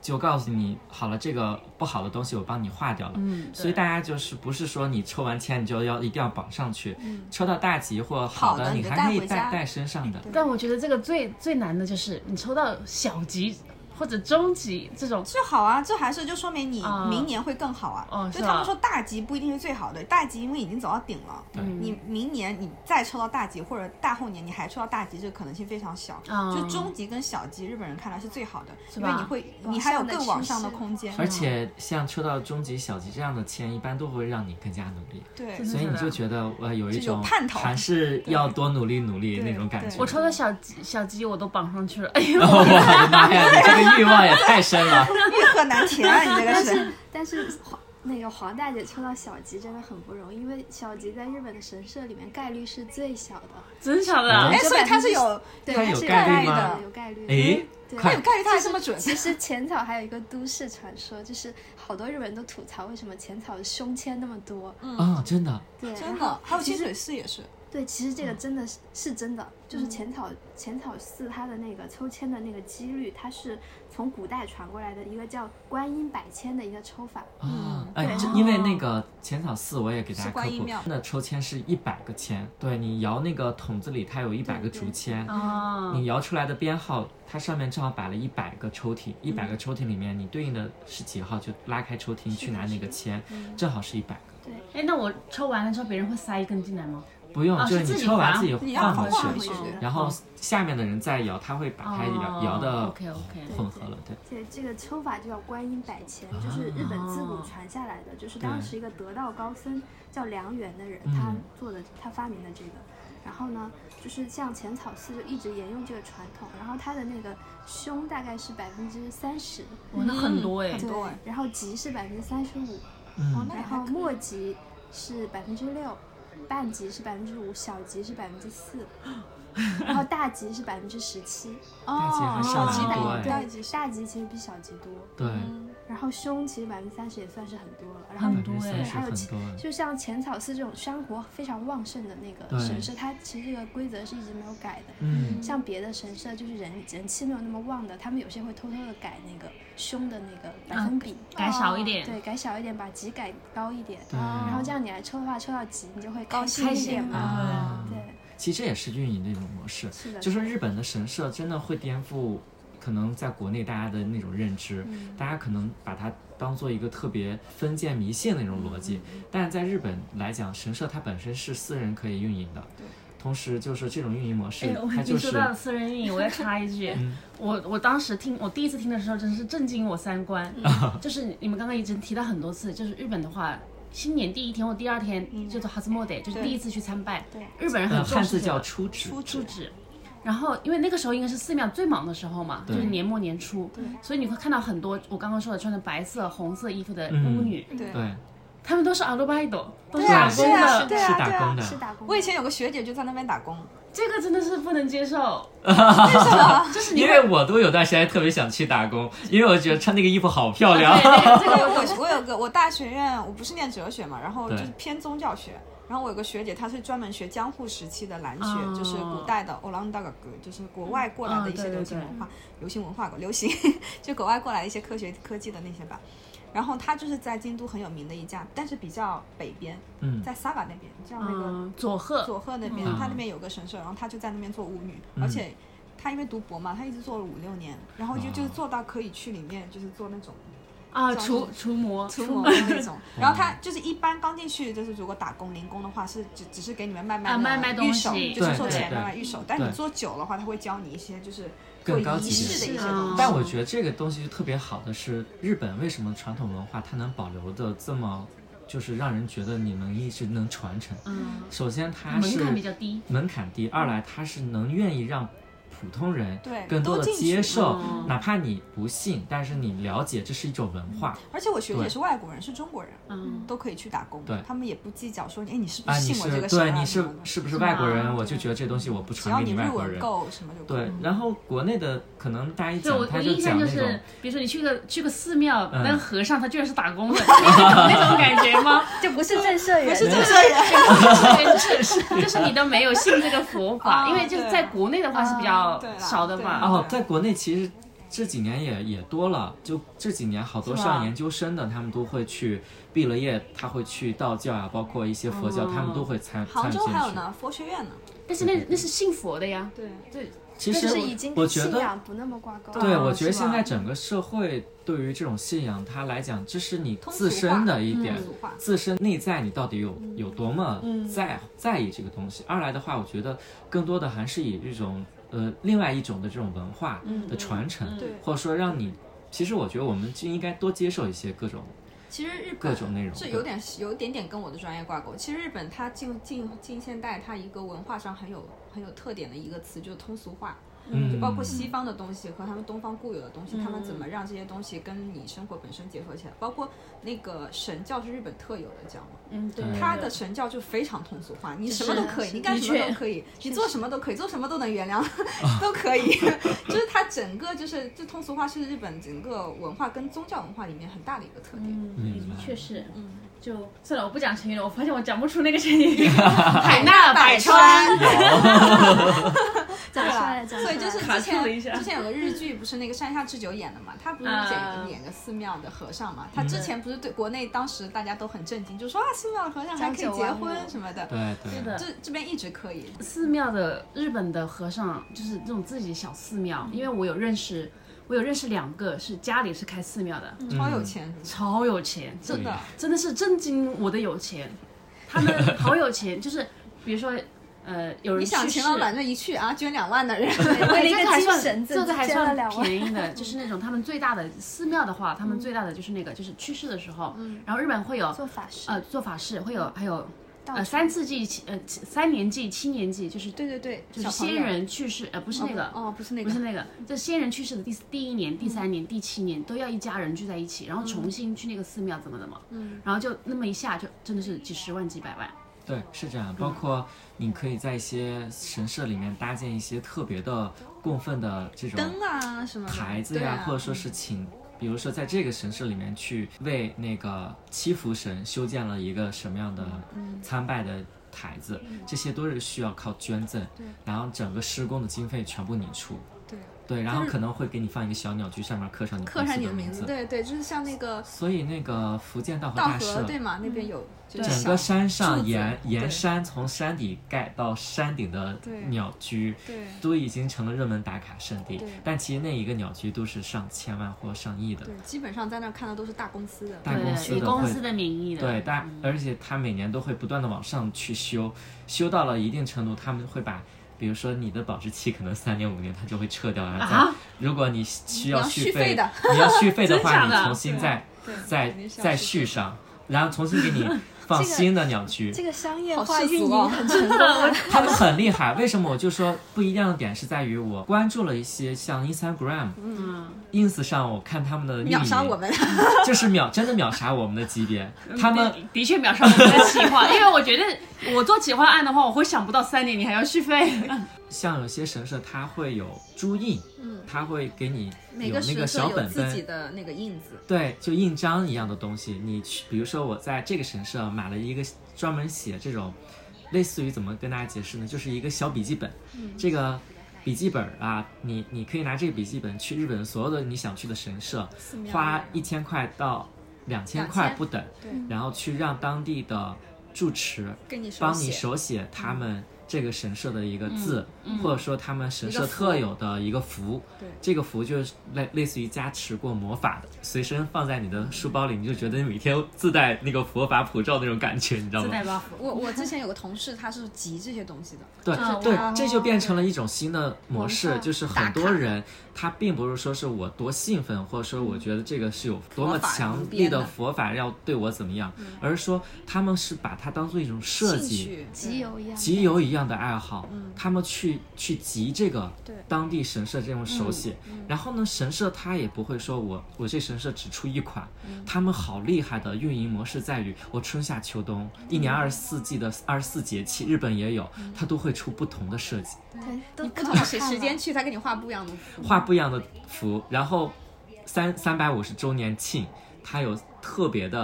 就告诉你好了，这个不好的东西我帮你化掉了。嗯，所以大家就是不是说你抽完签你就要一定要绑上去，嗯、抽到大吉或好的， 好的你还可以带带带身上的。 但我觉得这个最最难的就是你抽到小吉或者中吉这种就好啊，这还是就说明你明年会更好啊。 哦， 就他们说大吉不一定是最好的，大吉因为已经走到顶了， 嗯、 你明年你再抽到大吉，或者大后年你还抽到大吉，这个可能性非常小。 嗯、 就中吉跟小吉，日本人看来是最好的， 是因为你会你还有更往上的空间。 而且像抽到中吉、小吉这样的签，一般都会让你更加努力。 对， 所以你就觉得我有一种盼头， 还是要多努力努力那种感觉。 我抽到小吉小吉我都绑上去了，哎呦， 我的妈呀，你这个欲望也太深了， 欲壑难填啊！你这个是，但是黄那个黄大姐抽到小吉真的很不容易，因为小吉在日本的神社里面概率是最小的， 真小的。 哎，所以它是有对它有是概率的，有概率的。 哎， 它有概率，它还这么准。 其实浅草还有一个都市传说，就是好多日本人都吐槽为什么浅草的胸签那么多。 嗯啊，真的， 对， 真的，还有清水寺也是。 对，其实这个真的是、嗯、是真的，就是浅草浅草寺它的那个抽签的那个几率，它是从古代传过来的一个叫观音百签的一个抽法。 嗯，哎，因为那个浅草寺我也给大家科普，真的抽签是一百个签，对你摇那个筒子里它有一百个竹签，你摇出来的编号，它上面正好摆了一百个抽屉，一百个抽屉里面你对应的是几号，就拉开抽屉去拿那个签，正好是一百个。 对， 哎，那我抽完了之后，别人会塞一根进来吗？ 不用，就是你抽完自己放回去， 然后下面的人再摇，他会把它摇摇的混合了。对， 对，这个抽法就叫观音百签，就是日本自古传下来的，就是当时一个得道高僧叫梁元的人，他做的，他发明的这个。然后呢，就是像浅草寺就一直沿用这个传统，然后它的那个凶大概是百分之三十， 哇，那很多哎， 很多哎。然后吉是百分之三十五，然后末吉是百分之六。半级是百分之五，小级是百分之四，然后大级是百分之十七。 大级还少很多， 对，大级其实比小级多。 对， 然后凶其实百分之三十也算是很多了。然后很多对，还有就像浅草寺这种香火非常旺盛的那个神社，它其实这个规则是一直没有改的。 嗯， 像别的神社就是人人气没有那么旺的，他们有些会偷偷的改那个凶的那个百分比， 改少一点。 对，改小一点，把级改高一点。然后这样你来抽的话，抽到级你就会高兴一点嘛。对。 其实这也是运营的一种模式，就是日本的神社真的会颠覆可能在国内大家的那种认知，嗯、大家可能把它当做一个特别封建迷信的那种逻辑，嗯、但是在日本来讲，神社它本身是私人可以运营的， 对， 同时就是这种运营模式， 哎、 它就是。 你说到私人运营，我要插一句，嗯、我我当时听我第一次听的时候，真是震惊我三观，嗯、就是你们刚刚一直提到很多次，就是日本的话。新年第一天或第二天、嗯、就是 Hatsumode， 就是第一次去参拜。 对， 日本人很重视、 汉字叫初詣。 初詣。然后，因为那个时候应该是寺庙最忙的时候嘛，就是年末年初，所以你会看到很多我刚刚说的穿着白色、红色衣服的巫女。 嗯、 对。 对他们都是アルバイト，都是打工的， 是打工的， 是打工。 我以前有个学姐就在那边打工， 这个真的是不能接受。 为什么？ 就是因为我都有段时间特别想去打工，因为我觉得穿那个衣服好漂亮。 对对，这个我我有个我大学院，我不是念哲学嘛，然后就是偏宗教学。然后我有个学姐，她是专门学江户时期的兰学， 哦、 就是古代的欧朗达格，就是国外过来的一些流行文化， 哦、对对对流行文化流行，就国外过来的一些科学科技的那些吧。然后他就是在京都很有名的一家，但是比较北边，嗯，在萨瓦那边，叫那个、 嗯、佐贺， 佐贺那边，嗯、他那边有个神社，然后他就在那边做巫女，嗯、而且他因为读博嘛，他一直做了五六年，然后就就做到可以去里面就是做那种。 啊，除除魔除魔的那种，然后他就是一般刚进去，就是如果打工零工的话，是只只是给你们卖卖啊卖卖东西，就是收钱卖卖御守。但你做久的话，他会教你一些就是做仪式的一些东西。 但我觉得这个东西就特别好的是，日本为什么传统文化它能保留的这么，就是让人觉得你能一直能传承。 嗯， 首先它是门槛比较低， 门槛低；二来它是能愿意让。普通人对更多的接受， 嗯、 哪怕你不信，但是你了解这是一种文化。 而且我学姐是外国人，是中国人， 嗯， 都可以去打工， 对， 他们也不计较说，哎，你是不是信我这个神、啊啊、对，你是是不是外国人？ 啊、 我就觉得这东西我不传给你外国人。 只要你日文够什么就对。然后国内的可能大家一讲，他就讲那种， 比如说你去个去个寺庙，嗯、那个和尚他居然是打工的，你懂那种感觉吗？ 就不是正社员， 不是正社员， 就是就是你都没有信这个佛法，因为就是在国内的话是比较少的吧。 哦，在国内其实这几年也也多了，就这几年好多上研究生的，他们都会去毕了业，他会去道教啊，包括一些佛教， 哦、 他们都会参杭州参与进去。 还有呢，佛学院呢。 但是那那是信佛的呀。 对对。 其实就是已经跟我觉得信仰不那么挂钩了。 对，我觉得现在整个社会对于这种信仰，它来讲，这是你自身的一点，自身内在你到底有有多么在、嗯、在意这个东西。二来的话，我觉得更多的还是以这种呃另外一种的这种文化的传承， 嗯嗯、 或者说让你，其实我觉得我们就应该多接受一些各种。 其实日本各种内容是有点有一点点跟我的专业挂钩。其实日本它近近近现代，它一个文化上很有很有特点的一个词就是通俗化。 嗯， 就包括西方的东西和他们东方固有的东西，嗯、他们怎么让这些东西跟你生活本身结合起来？包括那个神教是日本特有的教嘛， 嗯，对， 他的神教就非常通俗化，你什么都可以，你干什么都可以，你做什么都可以，做什么都能原谅，都可以。就是它整个就是这通俗化是日本整个文化跟宗教文化里面很大的一个特点。 嗯，的确是，嗯。就算了，我不讲成语了。我发现我讲不出那个成语，海纳百川。 讲出来， 所以就是之前之前有个日剧，不是那个山下智久演的嘛？他不是演演个寺庙的和尚嘛？他之前不是对国内当时大家都很震惊，就说啊，寺庙的和尚还可以结婚什么的。 对对的， 这这边一直可以。 寺庙的日本的和尚就是这种自己小寺庙，因为我有认识。我有认识两个是家里是开寺庙的， 嗯、超有钱， 超有钱， 真的真的是震惊我的有钱，他们好有钱，就是比如说呃有人你想钱老板这一去啊，捐两万的人， 为了一个金绳子， 这个还算便宜的，就是那种他们最大的寺庙的话，他们最大的就是那个就是去世的时候，嗯、然后日本会有做法事， 呃做法事会有还有。呃，三次祭，呃，三年祭、七年祭，就是对对对， 就是先人去世，呃，不是那个， 哦，不是那个， 不是那个，这先人去世的第第一年、第三年、第七年都要一家人聚在一起，然后重新去那个寺庙怎么怎么，嗯，然后就那么一下就真的是几十万、几百万。 对，是这样。包括你可以在一些神社里面搭建一些特别的供奉的这种灯啊什么台子呀， 啊、 或者说是请。比如说，在这个神社里面去为那个七福神修建了一个什么样的参拜的台子，嗯、这些都是需要靠捐赠，然后整个施工的经费全部你出。 对对，然后可能会给你放一个小鸟居，上面刻上你刻上你的名字。对对，就是像那个。 所以那个福建道和大社， 对嘛，那边有。 整个山上沿沿山从山底盖到山顶的鸟居， 对， 都已经成了热门打卡圣地。但其实那一个鸟居都是上千万或上亿的。 对，基本上在那看的都是大公司的， 大公司的以公司的名义的。 对，大、嗯、而且他每年都会不断的往上去修，修到了一定程度，他们会把。比如说你的保质期可能三年五年，它就会撤掉，然后再、啊、如果你需要续费， 你要续费的话，你重新再再再续上，然后重新给你放新的鸟居。 这个商业化运营很成功， 他们很厉害。为什么我就说不一样的点是在于我关注了一些像 Instagram、嗯、ins 上，我看他们的运营秒杀我们， 就是秒真的秒杀我们的级别。他们的, 的确秒杀我们的企划，因为我觉得我做企划案的话，我会想不到三年你还要续费。 像有些神社它会有朱印，嗯，它会给你有那个小本本， 自己的那个印子， 对，就印章一样的东西。你去，比如说我在这个神社买了一个专门写这种，类似于怎么跟大家解释呢？就是一个小笔记本，嗯、这个笔记本啊，你你可以拿这个笔记本去日本所有的你想去的神社，花一千块到两千块不等，然后去让当地的住持帮你手写他们。嗯这个神社的一个字、嗯嗯、或者说他们神社特有的一个符， 对， 这个符就是类类似于加持过魔法的，随身放在你的书包里，你就觉得你每天自带那个佛法普照那种感觉，你知道吗？ 自带 buff。 我我之前有个同事，他是集这些东西的， 对、嗯、对，这就变成了一种新的模式，就是很多人他并不是说是我多兴奋，或者说我觉得这个是有多么强力的佛法要对我怎么样， 嗯、 而是说他们是把它当做一种设计， 集邮一样， 集邮一样的爱好，嗯、他们去去集这个当地神社这种手写， 嗯嗯、 然后呢，神社他也不会说我我这神社只出一款，嗯、他们好厉害的运营模式在于，我春夏秋冬、嗯、一年二十四季的二十四节气，日本也有，嗯、它都会出不同的设计， 对， 你不同的时间去，他给你画不一样的符， 画不一样的符，然后三三百五十周年庆，它有特别的。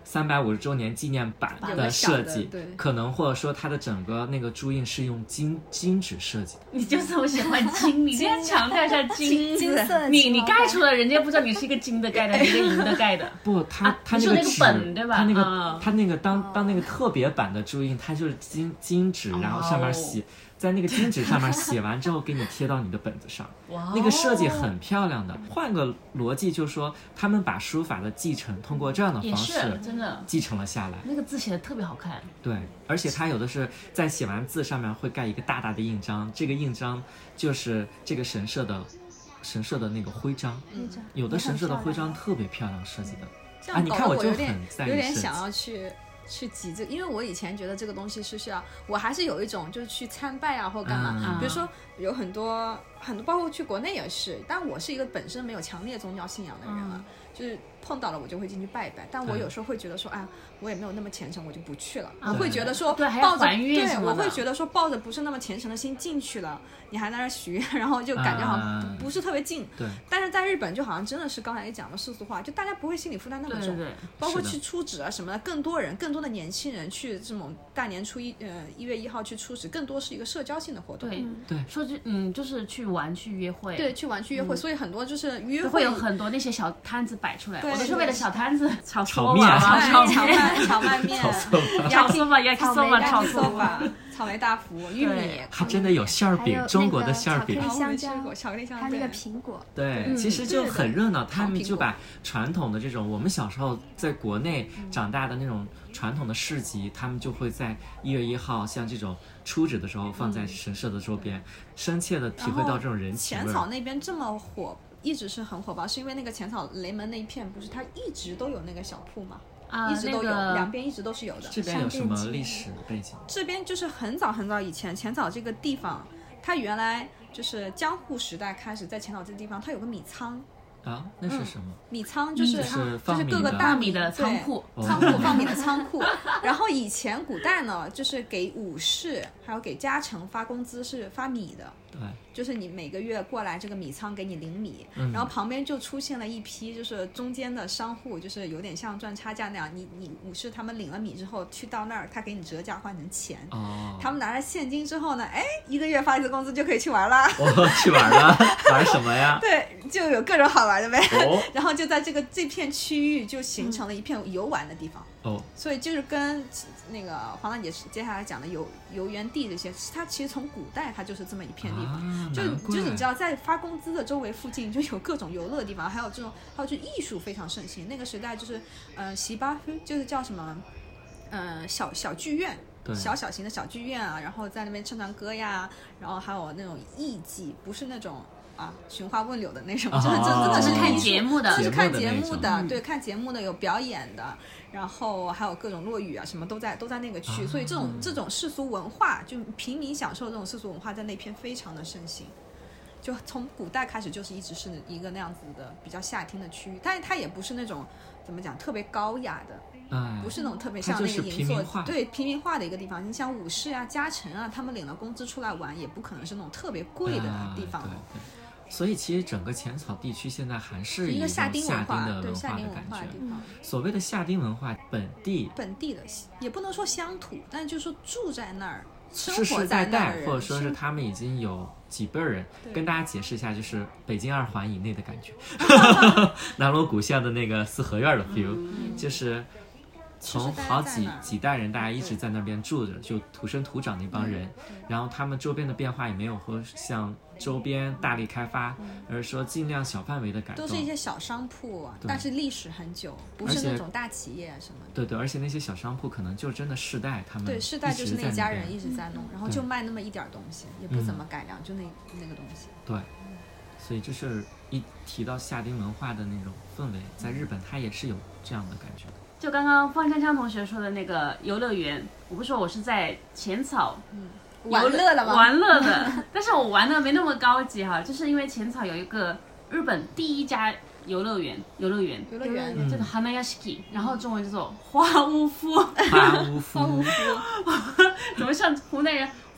三百五十周年纪念版的设计， 对， 可能或者说它的整个那个珠印是用金金纸设计的。 你就这么喜欢金，你一定要强调一下金金色你你盖出了，人家不知道你是一个金的盖的，还是一个银的盖的。 不，它、 啊、 它那个纸， 你说那个本对吧？ 它那个、 嗯、 它那个当当那个特别版的珠印，它就是金金纸，然后上面写。哦，在那个金纸上面写完之后给你贴到你的本子上，那个设计很漂亮的。换个逻辑就是说，他们把书法的继承通过这样的方式真的继承了下来。 那个字写的特别好看。 对，而且它有的是在写完字上面会盖一个大大的印章，这个印章就是这个神社的神社的那个徽章。 嗯， 有的神社的徽章特别漂亮设计的。 这样啊，你看我就有点很在意有点想要去。去集这，因为我以前觉得这个东西是需要，我还是有一种就是去参拜啊或干嘛， 嗯、 比如说有很多很多，包括去国内也是，但我是一个本身没有强烈宗教信仰的人啊，嗯、就是碰到了我就会进去拜一拜，但我有时候会觉得说，啊，我也没有那么虔诚，我就不去了。我会觉得说， 对， 抱着对， 我会觉得说抱着不是那么虔诚的心进去了，你还在那许愿，然后就感觉好像不、嗯、不是特别近。 对。 但是在日本就好像真的是刚才讲的世俗化，就大家不会心理负担那么重， 对对对， 包括去出纸啊什么的，更多人更多的年轻人去这种大年初一呃一月一号去出纸，更多是一个社交性的活动。 对对， 说句嗯，就是去玩去约会。 对，去玩去约会，嗯、所以很多就是约会会有很多那些小摊子摆出来，我都是为了小摊子炒炒面、 炒炒面、炒拌面、 炒蕎麦、焼きそば、炒蕎麦、草莓大福、玉米， 还真的有馅儿饼，中国的馅儿饼， 巧克力香蕉， 巧克力香蕉， 还有那个苹果。 对，嗯、其实就很热闹。他们就把传统的这种我们小时候在国内长大的那种传统的市集，他们就会在一月一号像这种出纸的时候放在神社的周边，嗯、深切的体会到这种人情味。 浅草那边这么火，一直是很火爆，是因为那个浅草雷门那一片不是它一直都有那个小铺吗？ 啊、 一直都有， 那个、 两边一直都是有的。 这边有什么历史背景？ 这边就是很早很早以前，浅草这个地方，它原来就是江户时代开始，在浅草这个地方，它有个米仓。 啊，那是什么？ 嗯、米仓就是就是就是各个大米的仓库， 仓库放米的仓库。然后以前古代呢，就是给武士还有给家臣发工资是发米的。 对， 就是你每个月过来这个米仓给你领米， 嗯、 然后旁边就出现了一批就是中间的商户，就是有点像赚差价那样。你你武士他们领了米之后去到那儿，他给你折价换成钱。 哦。 他们拿着现金之后呢，哎，一个月发一次工资就可以去玩了。 哦，去玩了，玩什么呀？ 对，就有各种好玩的呗。 哦。 然后就在这个这片区域就形成了一片游玩的地方。 哦。 所以就是跟那个黄大姐接下来讲的游游园地这些，它其实从古代它就是这么一片地方。 啊、 就就是你知道，在发工资的周围附近就有各种游乐的地方，还有这种还有就艺术非常盛行。那个时代就是呃西巴就是叫什么呃小小剧院，小小型的小剧院啊，然后在那边唱唱歌呀，然后还有那种艺伎，不是那种啊寻花问柳的那种，真的真真的是看节目的， 真的是看节目的， 嗯、 对，看节目的有表演的。然后还有各种落语啊，什么都在都在那个区，所以这种这种世俗文化，就平民享受这种世俗文化，在那片非常的盛行。就从古代开始，就是一直是一个那样子的比较下厅的区域，但是它也不是那种怎么讲特别高雅的， 哎、 不是那种特别像那个银座，对平民化的一个地方。你像武士啊、家臣啊，他们领了工资出来玩，也不可能是那种特别贵的地方。 哎、对对。所以其实整个浅草地区现在还是一个夏丁文化的文化的感觉。 嗯、 所谓的夏丁文化，本地本地的也不能说乡土，但是就是说住在那儿、生世世代代，或者说是他们已经有几辈人。跟大家解释一下，就是北京二环以内的感觉，南锣鼓巷的那个四合院的 feel，、嗯、就是从好几几代人，大家一直在那边住着，就土生土长的一帮人。然后他们周边的变化也没有和像周边大力开发，嗯、而是说尽量小范围的改动， 都是一些小商铺，但是历史很久，不是那种大企业什么的。 对对，而且那些小商铺可能就真的世代，他们对世代就是那家人一直在弄，然后就卖那么一点东西，也不怎么改良，嗯、就那那个东西。 对，所以就是一提到夏丁文化的那种氛围，在日本它也是有这样的感觉。 就刚刚方锵锵同学说的那个游乐园，我不是说我是在浅草。 嗯，玩乐的吗？ 玩乐的，但是我玩的没那么高级哈，就是因为浅草有一个日本第一家游乐园，游乐园， 游乐园叫做 Hanayashiki，然后中文叫做花屋夫， 花屋夫， 怎么像湖南人？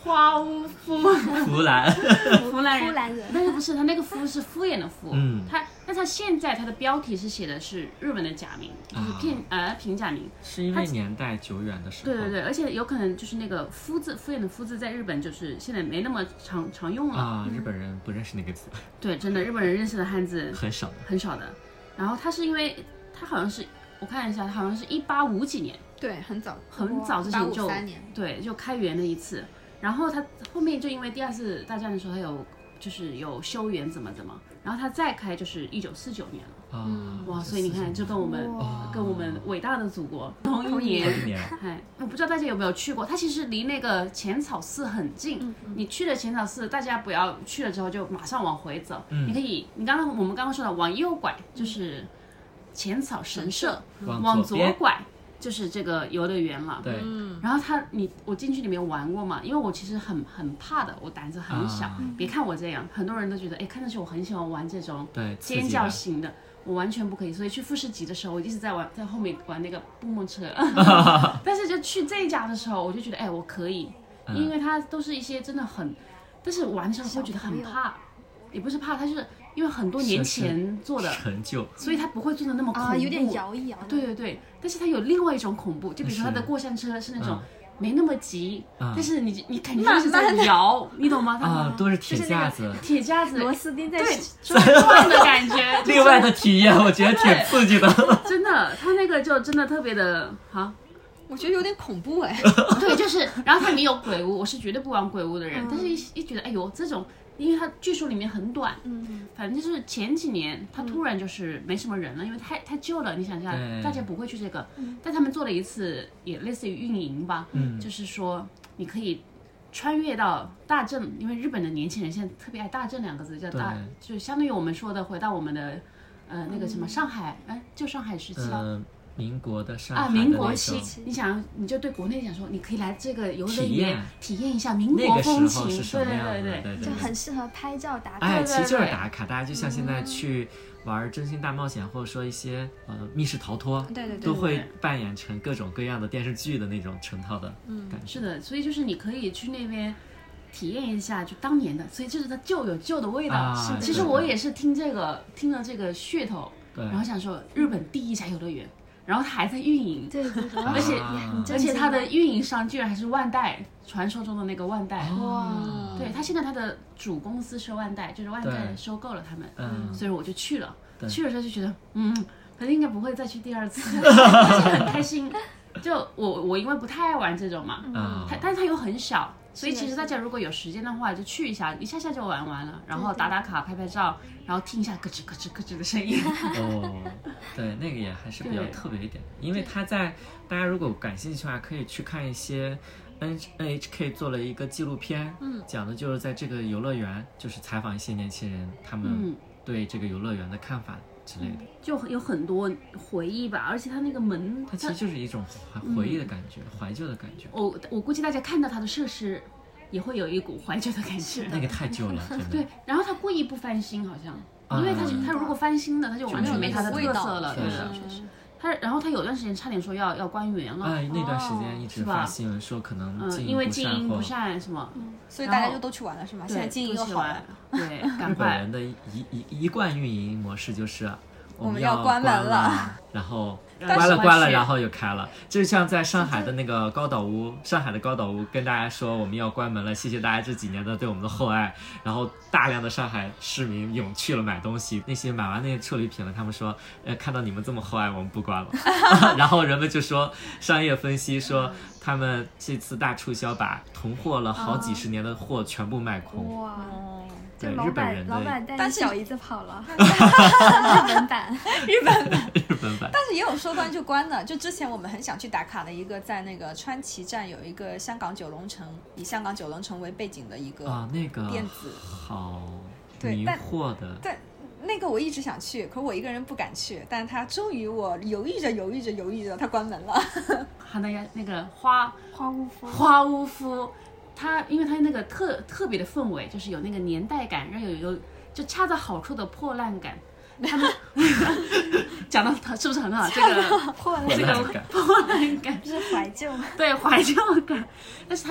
花屋夫弗兰， 弗兰人， 夫兰人但是不是他那个夫是敷衍的敷， 嗯他但他现在他的标题是写的是日本的假名，就是片、呃平假名， 是因为年代久远的时候。 对对对，而且有可能就是那个夫字敷衍的敷字在日本就是现在没那么常常用了啊，日本人不认识那个字， 对，真的日本人认识的汉字很少的。 很少的。然后他是因为他好像是我看一下，他好像是一八五几年， 对，很早， 很早之前就一八五三年对就开园了一次，然后他后面就因为第二次大战的时候他有就是有修园怎么怎么，然后他再开就是一九四九年了。 啊、 哇，所以你看，就跟我们哇跟我们伟大的祖国同一年。 同一年哎，我不知道大家有没有去过，它其实离那个浅草寺很近。你去了浅草寺，大家不要去了之后就马上往回走。 嗯你可以，你刚刚我们刚刚说的往右拐就是浅草神社， 往往左边左拐就是这个游乐园了。 对， 然后他，你我进去里面玩过嘛？因为我其实很很怕的，我胆子很小。 啊别看我这样，很多人都觉得，哎，看上去我很喜欢玩这种对刺激尖叫的型的，我完全不可以。所以去富士急的时候，我一直在玩，在后面玩那个蹦蹦车。但是就去这一家的时候，我就觉得，哎，我可以， 嗯因为它都是一些真的很，但是玩的时候会觉得很怕，也不是怕，它就是因为很多年前做的， 陈旧， 所以它不会做的那么恐怖， 啊，有点摇一摇的。 对对对，但是它有另外一种恐怖，就比如说它的过山车是那种嗯没那么急， 嗯但是你你感觉就是在摇，你懂吗？它啊，都是铁架子。 铁架子螺丝钉在对转转的感觉， 另外的体验，我觉得挺刺激的。 真的，它那个就真的特别的好。 我觉得有点恐怖哎。 对，就是，然后它里面有鬼屋，我是绝对不玩鬼屋的人，但是一一觉得，哎呦，这种，因为它据说里面很短， 嗯， 反正就是前几年它突然就是没什么人了，因为太太旧了，你想想对， 大家不会去这个，但他们做了一次也类似于运营吧， 嗯就是说你可以穿越到大正，因为日本的年轻人现在特别爱大正两个字，叫大，就相当于我们说的回到我们的呃那个什么上海，哎，就上海时期了。 嗯，民国的上海啊， 的民国那期种， 你想，你就对国内讲说，你可以来这个游乐体园验体验一下民那国个时候风情， 是什对对么样的？ 对对对就很适合拍照打卡。 哎， 对其实就是对打卡，大家就像现在去玩真心大冒险，或者说一些呃密室逃脱， 对对对都会扮演成各种各样的电视剧的那种成套的感觉。 是的，所以就是你可以去那边体验一下，就当年的，所以就是它旧有旧的味道。 啊是的是的其实我也是听这个听了这个噱头， 对然后想说日本第一家游乐园，然后它还在运营， 对对对， 而且啊而且它的运营商居然还是万代，传说中的那个万代。 哇， 对，它现在它的主公司是万代，就是万代对收购了他们， 嗯所以我就去了。 对去了之后就觉得，嗯，可能应该不会再去第二次，但是很开心。就我我因为不太爱玩这种嘛， 啊它但是它又很小，所以是的其实大家如果有时间的话，就去一下，一下下就玩完了，然后打打卡、拍拍照，然后听一下咯吱咯吱咯吱的声音。 哦，对，那个也还是比较对特别一点，因为他在大家如果感兴趣的话，可以去看一些 N N H K 做了一个纪录片，嗯，讲的就是在这个游乐园，就是采访一些年轻人，他们嗯对这个游乐园的看法之类的。 就有很多回忆吧，而且它那个门， 它其实就是一种怀回忆的感觉，怀旧的感觉。 我我估计大家看到它的设施，也会有一股怀旧的感觉。 那个太旧了，真的。 对，然后他故意不翻新，好像， 啊因为他他如果翻新的，他就完全没他的特色了， 就没有那个味道对的。他然后他有段时间差点说要要关园了， 哎，那段时间一直是吧发新闻说可能嗯， 经因为营不善或经营不善什么， 所以大家就都去玩了是吗？现在对， 经营又都去好了玩，对，赶日本快人的一一一贯运营模式就是我们要关关门了， 然后但是关了关了， 是然后又开了，就像在上海的那个高岛屋，上海的高岛屋跟大家说我们要关门了，谢谢大家这几年的对我们的厚爱，然后大量的上海市民涌去了买东西，那些买完那些处理品了，他们说，呃，看到你们这么厚爱，我们不关了，然后人们就说商业分析说他们这次大促销把囤货了好几十年的货全部卖空， 哇， 对就老板日本人的老板带但是着小姨子跑了，日本版。 日本版。 日本版。 但是也有说关就关的，就之前我们很想去打卡的一个，在那个川崎站有一个香港九龙城，以香港九龙城为背景的一个啊，那个电子， 好迷对但惑的， 对，那个我一直想去，可我一个人不敢去，但是他终于我犹豫着犹豫着犹豫着，他关门了。 他那个那个花花屋夫， 花屋夫，它因为它那个特特别的氛围，就是有那个年代感，然后有有就恰到好处的破烂感。他们讲到它是不是很好？这个破了破这个烂感破烂感， 不是怀旧吗？ 对怀旧感。但是他们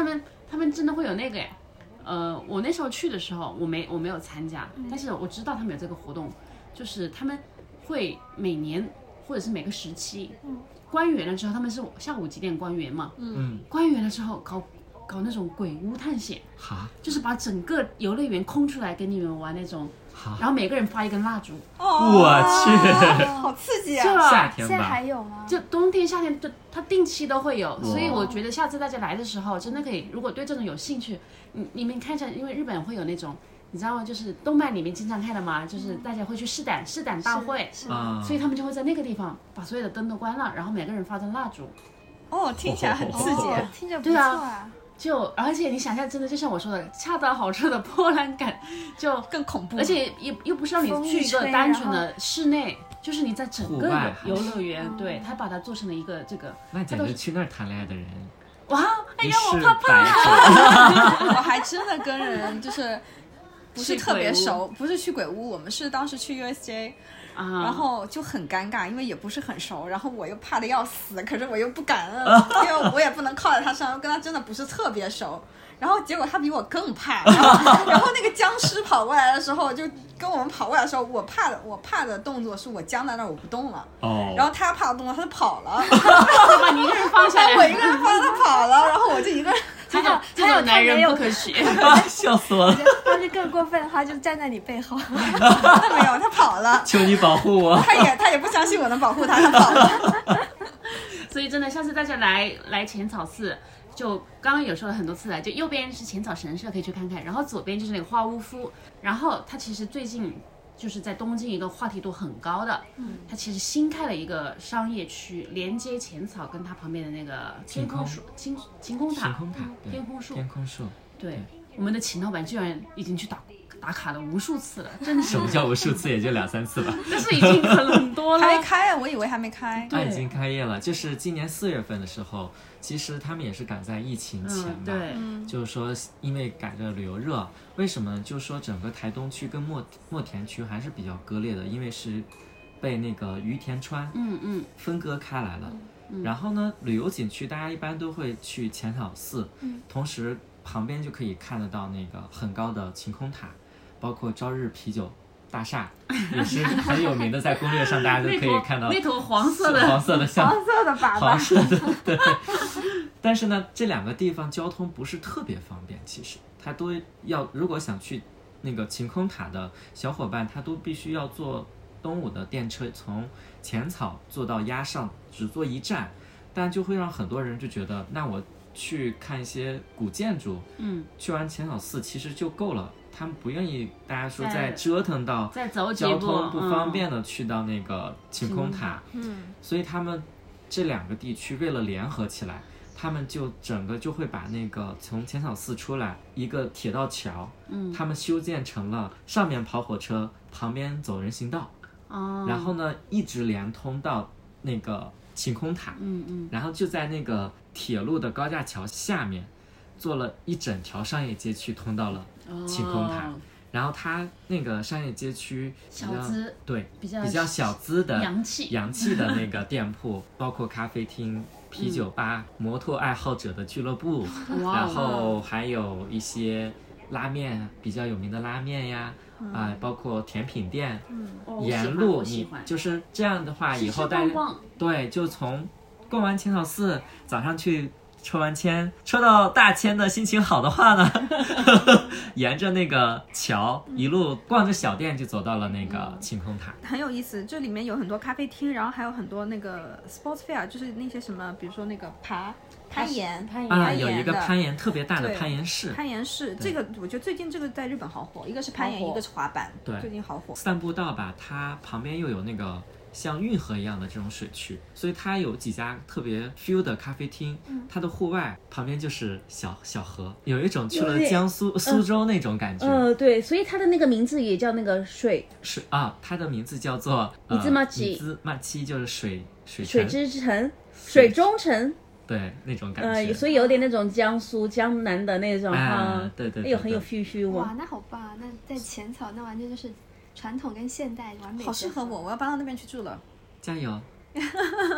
他们真的会有那个哎，呃，我那时候去的时候，我没我没有参加，嗯、但是我知道他们有这个活动，就是他们会每年或者是每个时期，嗯，关园的时候他们是下午几点关园嘛，嗯，关园的时候搞搞那种鬼屋探险，哈，就是把整个游乐园空出来给你们玩那种。然后每个人发一根蜡烛， 哦、我去， 好刺激啊！ 夏天吧， 现在还有吗？ 就冬天、夏天，它定期都会有，所以我觉得下次大家来的时候，真的可以，如果对这种有兴趣，你你们看一下，因为日本会有那种，你知道吗？就是动漫里面经常看的嘛，就是大家会去试胆试胆大会， 是是所以他们就会在那个地方把所有的灯都关了，然后每个人发根蜡烛。 哦，听起来很刺激， 哦、听着不错啊。 就而且你想象，真的就像我说的，恰到好处的波澜感，就更恐怖。 而且又又不是让你去一个单纯的室内，就是你在整个游乐园，对，他把它做成了一个这个。 那简直去那儿谈恋爱的人。 哇，哎呀，我怕怕。我还真的跟人就是不是特别熟，不是去鬼屋，我们是当时去 U S J。啊、然后就很尴尬，因为也不是很熟，然后我又怕的要死，可是我又不敢，因为我也不能靠在他身上，跟他真的不是特别熟。然后结果他比我更怕，然后, 然后那个僵尸跑过来的时候，就跟我们跑过来的时候，我怕的我怕的动作是我僵在那儿我不动了，哦，然后他怕的动作他就跑了， 把你一个人放下来， 我一个人放他跑了，然后我就一个人。 这种这种男人不可取， 笑死我了。 要是更过分的话，就站在你背后。 那没有，他跑了。 求你保护我。 他也他也不相信我能保护他，他跑了。 所以真的，下次大家来来浅草寺，就刚刚有说了很多次了，就右边是浅草神社可以去看看，然后左边就是那个花屋夫，然后它其实最近。就是在东京一个话题度很高的，嗯，它其实新开了一个商业区，连接浅草跟它旁边的那个天空树、晴晴空塔、 晴空塔、 天空树、 天空树。 对，我们的秦老板居然已经去打打卡了无数次了，真的是。 什么叫无数次？也就两三次吧。 但是已经很多了。 还没开啊，我以为还没开。 它已经开业了，就是今年四月份的时候，其实他们也是赶在疫情前吧， 嗯、 对，就是说因为赶着旅游热，为什么？就是说整个台东区跟墨墨田区还是比较割裂的，因为是被那个于田川嗯嗯分割开来了。嗯、然后呢，旅游景区大家一般都会去浅草寺，嗯、同时旁边就可以看得到那个很高的晴空塔，包括朝日啤酒大厦也是很有名的，在攻略上大家都可以看到那坨黄色的黄色的像黄色的粑粑， 黄色的对。但是呢，这两个地方交通不是特别方便，其实它都要，如果想去那个晴空塔的小伙伴，他都必须要坐东武的电车，从浅草坐到鸭上，只坐一站，但就会让很多人就觉得，那我去看一些古建筑，嗯，去完浅草寺其实就够了。他们不愿意大家说再折腾到交通不方便的去到那个晴空塔，嗯，所以他们这两个地区为了联合起来，他们就整个就会把那个从浅草寺出来一个铁道桥，嗯，他们修建成了上面跑火车，旁边走人行道，哦，然后呢一直连通到那个晴空塔，嗯嗯，然后就在那个铁路的高架桥下面做了一整条商业街区通到了晴空塔，哦，然后它那个商业街区小资， 对， 比较比较小资的洋气洋气的那个店铺，包括咖啡厅、啤酒吧、嗯、摩托爱好者的俱乐部，然后还有一些拉面，比较有名的拉面呀，嗯呃、包括甜品店，嗯，沿路你就是这样的话，以后大家对就从逛完浅草寺，早上去。抽完签，抽到大签的心情好的话呢，呵呵沿着那个桥一路逛着小店就走到了那个晴空塔， 很有意思。这里面有很多咖啡厅，然后还有很多那个 sports fair， 就是那些什么，比如说那个爬攀岩， 攀岩啊，有一个攀岩特别大的攀岩室， 攀岩室这个我觉得最近这个在日本好火，一个是攀岩，一个是滑板， 对， 最近好火。 散步道吧，它旁边又有那个。像运河一样的这种水区，所以它有几家特别 feel 的咖啡厅，嗯、它的户外旁边就是小小河，有一种去了江苏、呃、苏州那种感觉。 呃，对，所以它的那个名字也叫那个水水啊，它的名字叫做米兹马奇， 米兹马奇就是水水水之城，水中城。 对，那种感觉， 呃，所以有点那种江苏江南的那种哈、 啊，对 对, 对, 对， 哎呦，很有 feel feel。 哇，那好棒啊！那在浅草，那完全就是。传统跟现代完美， 好适合我，我要搬到那边去住了。 加油！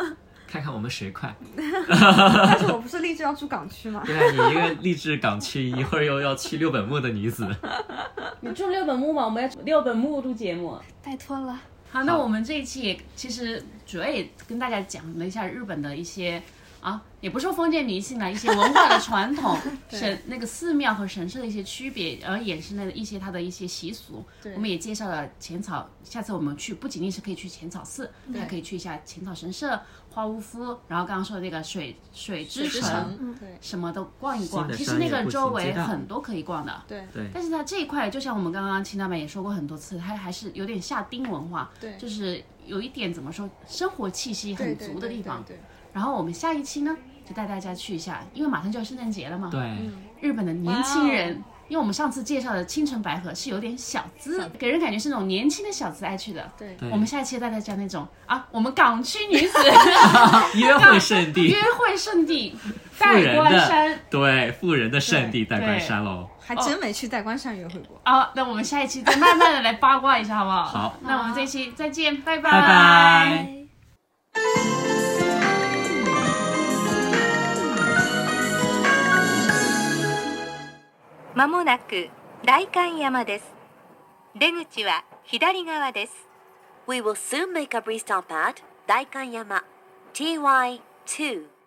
看看我们谁快。 但是我不是立志要住港区吗？ 对啊，你一个励志港区，一会儿又要去六本木的女子。 你住六本木吗？我们要六本木录节目。 拜托了。 好，那我们这一期也其实主要也跟大家讲了一下日本的一些啊，也不是说封建迷信了，一些文化的传统，神那个寺庙和神社的一些区别，而衍生的一些它的一些习俗。我们也介绍了浅草，下次我们去不仅仅是可以去浅草寺，还可以去一下浅草神社、花屋夫，然后刚刚说的那个水水之城， 对， 什么都逛一逛。其新的商实那个业步行周围街道很多可以逛的。 对对， 但是它这一块，就像我们刚刚秦大美也说过很多次，它还是有点下町文化， 对就是有一点怎么说，生活气息很对足的地方。 对对对对然后我们下一期呢，就带大家去一下，因为马上就要圣诞节了嘛。 对， 日本的年轻人，因为我们上次介绍的青城白河是有点小资，给人感觉是那种年轻的小资爱去的。 对对我们下一期带大家那种啊，我们港区女子约会圣地， 约会圣地，代官山。 对，富人的圣地代官对山喽。 还真没去代官山约会过。 好，那我们下一期再慢慢的来八卦一下，好不好？ 好， 那我们这一期再见，拜拜， 拜拜。 まもなく代官山です。出口は左側です。 We will soon make a restop at Daikanyama T Y two.